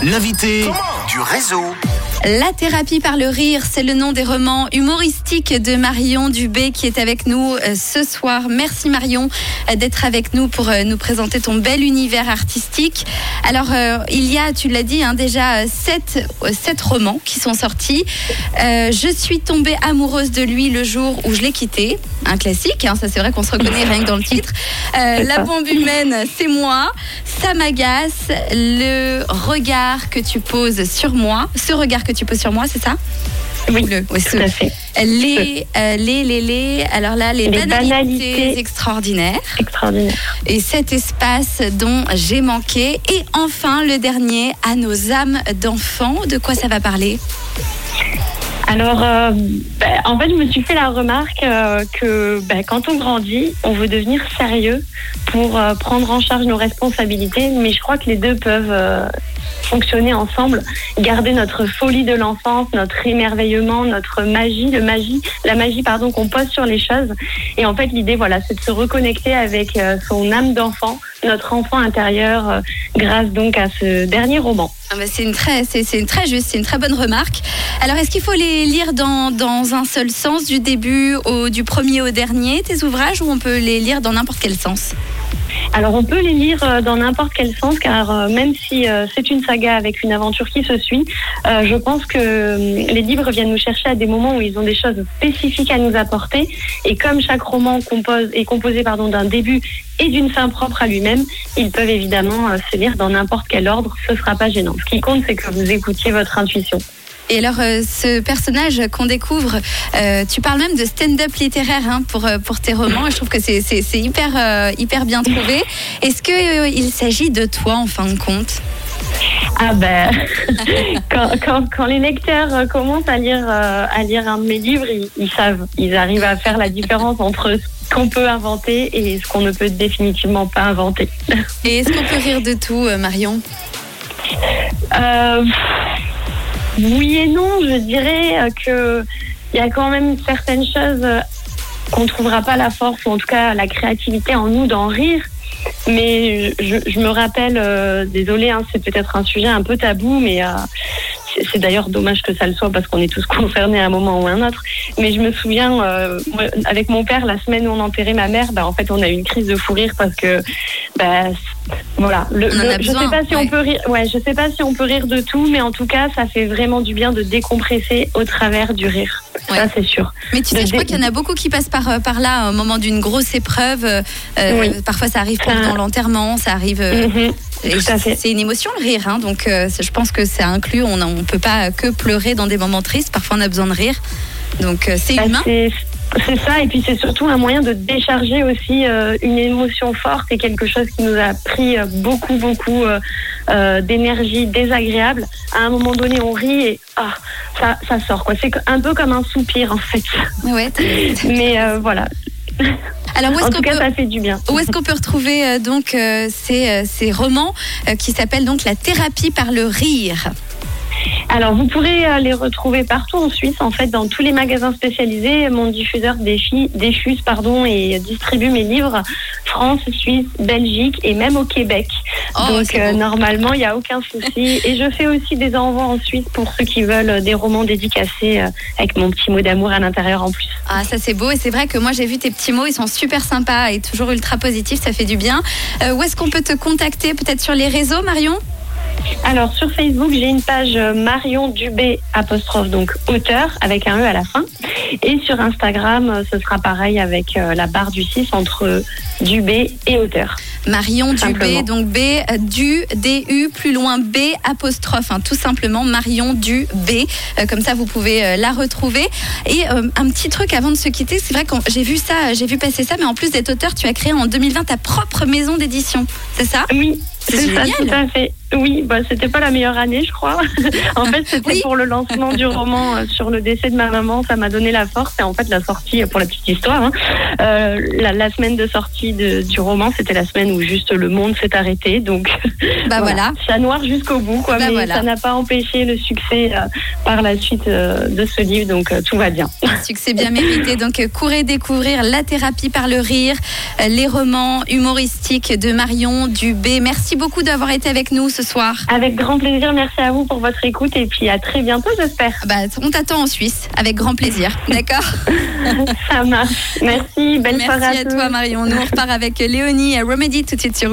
L'invité du réseau. La thérapie par le rire, c'est le nom des romans humoristiques de Marion Dubé qui est avec nous ce soir. Merci Marion d'être avec nous pour nous présenter ton bel univers artistique. Alors, il y a, tu l'as dit, déjà 7 romans qui sont sortis. Je suis tombée amoureuse de lui le jour où je l'ai quitté. Un classique, ça c'est vrai qu'on se reconnaît rien que dans le titre. La bombe humaine, c'est moi. Ça m'agace. Le regard que tu poses sur moi. Ce regard que tu poses sur moi, c'est ça? Oui, tout à fait. Alors là, les banalités extraordinaires. Et cet espace dont j'ai manqué. Et enfin, le dernier, à nos âmes d'enfants. De quoi ça va parler? Alors, en fait, je me suis fait la remarque que quand on grandit, on veut devenir sérieux pour prendre en charge nos responsabilités. Mais je crois que les deux peuvent fonctionner ensemble, garder notre folie de l'enfance, notre émerveillement, notre magie, la magie qu'on pose sur les choses. Et en fait, l'idée, c'est de se reconnecter avec son âme d'enfant, notre enfant intérieur, grâce donc à ce dernier roman. C'est une très bonne remarque. Alors, est-ce qu'il faut les lire dans un seul sens, du début du premier au dernier, tes ouvrages, ou on peut les lire dans n'importe quel sens? Alors, on peut les lire dans n'importe quel sens, car même si c'est une saga avec une aventure qui se suit, je pense que les livres viennent nous chercher à des moments où ils ont des choses spécifiques à nous apporter. Et comme chaque roman est composé d'un début et d'une fin propre à lui-même, ils peuvent évidemment se lire dans n'importe quel ordre. Ce ne sera pas gênant. Ce qui compte, c'est que vous écoutiez votre intuition. Et alors, ce personnage qu'on découvre, tu parles même de stand-up littéraire pour tes romans. Je trouve que c'est hyper bien trouvé. Est-ce qu'il s'agit de toi, en fin de compte? Quand les lecteurs commencent à lire un de mes livres, ils savent, ils arrivent à faire la différence entre ce qu'on peut inventer et ce qu'on ne peut définitivement pas inventer. Et est-ce qu'on peut rire de tout, Marion? Oui et non, je dirais qu'il y a quand même certaines choses qu'on ne trouvera pas la force, ou en tout cas la créativité en nous d'en rire. Mais je me rappelle, désolée, c'est peut-être un sujet un peu tabou, mais c'est d'ailleurs dommage que ça le soit parce qu'on est tous concernés à un moment ou à un autre. Mais je me souviens, avec mon père, la semaine où on enterrait ma mère, en fait, on a eu une crise de fou rire parce que, je sais pas si on peut rire. Ouais, je sais pas si on peut rire de tout, mais en tout cas, ça fait vraiment du bien de décompresser au travers du rire. Ouais. Ça, c'est sûr. Mais tu sais, je crois qu'il y en a beaucoup qui passent par là au moment d'une grosse épreuve. Oui. Parfois, ça arrive pendant l'enterrement, ça arrive. C'est une émotion, le rire. Donc, je pense que ça inclut. On ne peut pas que pleurer dans des moments tristes. Parfois, on a besoin de rire. Donc, c'est humain. C'est ça, et puis c'est surtout un moyen de décharger aussi une émotion forte et quelque chose qui nous a pris beaucoup d'énergie désagréable. À un moment donné, on rit et ça sort, quoi. C'est un peu comme un soupir, en fait. Ouais. Mais voilà. Alors, ça fait du bien. Où est-ce qu'on peut retrouver ces romans qui s'appellent donc La thérapie par le rire? Alors, vous pourrez les retrouver partout en Suisse, en fait, dans tous les magasins spécialisés. Mon diffuseur diffuse et distribue mes livres France, Suisse, Belgique et même au Québec. Donc, normalement, il n'y a aucun souci. Et je fais aussi des envois en Suisse pour ceux qui veulent des romans dédicacés avec mon petit mot d'amour à l'intérieur en plus. Ah, ça c'est beau. Et c'est vrai que moi, j'ai vu tes petits mots. Ils sont super sympas et toujours ultra positifs. Ça fait du bien. Où est-ce qu'on peut te contacter? Peut-être sur les réseaux, Marion? Alors, sur Facebook, j'ai une page Marion Dubé, donc auteur, avec un E à la fin. Et sur Instagram, ce sera pareil avec la barre du 6 entre Dubé et auteur. Marion Dubé, donc B, D-U, plus loin B, apostrophe, tout simplement Marion Dubé. Comme ça, vous pouvez la retrouver. Et un petit truc avant de se quitter, c'est vrai que j'ai vu passer ça, mais en plus d'être auteur, tu as créé en 2020 ta propre maison d'édition, c'est ça? Oui. C'est ça, tout à fait. Oui, c'était pas la meilleure année, je crois. En fait, c'était pour le lancement du roman sur le décès de ma maman. Ça m'a donné la force. Et en fait, la sortie, pour la petite histoire, la semaine de sortie du roman, c'était la semaine où juste le monde s'est arrêté. Donc, voilà. Chat noir jusqu'au bout, quoi. Mais voilà. ça n'a pas empêché le succès par la suite de ce livre, donc tout va bien. Succès bien mérité. Donc, courez découvrir La thérapie par le rire, les romans humoristiques de Marion Dubé. Merci beaucoup d'avoir été avec nous ce soir. Avec grand plaisir. Merci à vous pour votre écoute et puis à très bientôt, j'espère. On t'attend en Suisse avec grand plaisir. D'accord? Ça marche. Merci. Belle soirée à tous. Merci à toi, Marion. Nous, on repart avec Léonie et Remedy tout de suite sur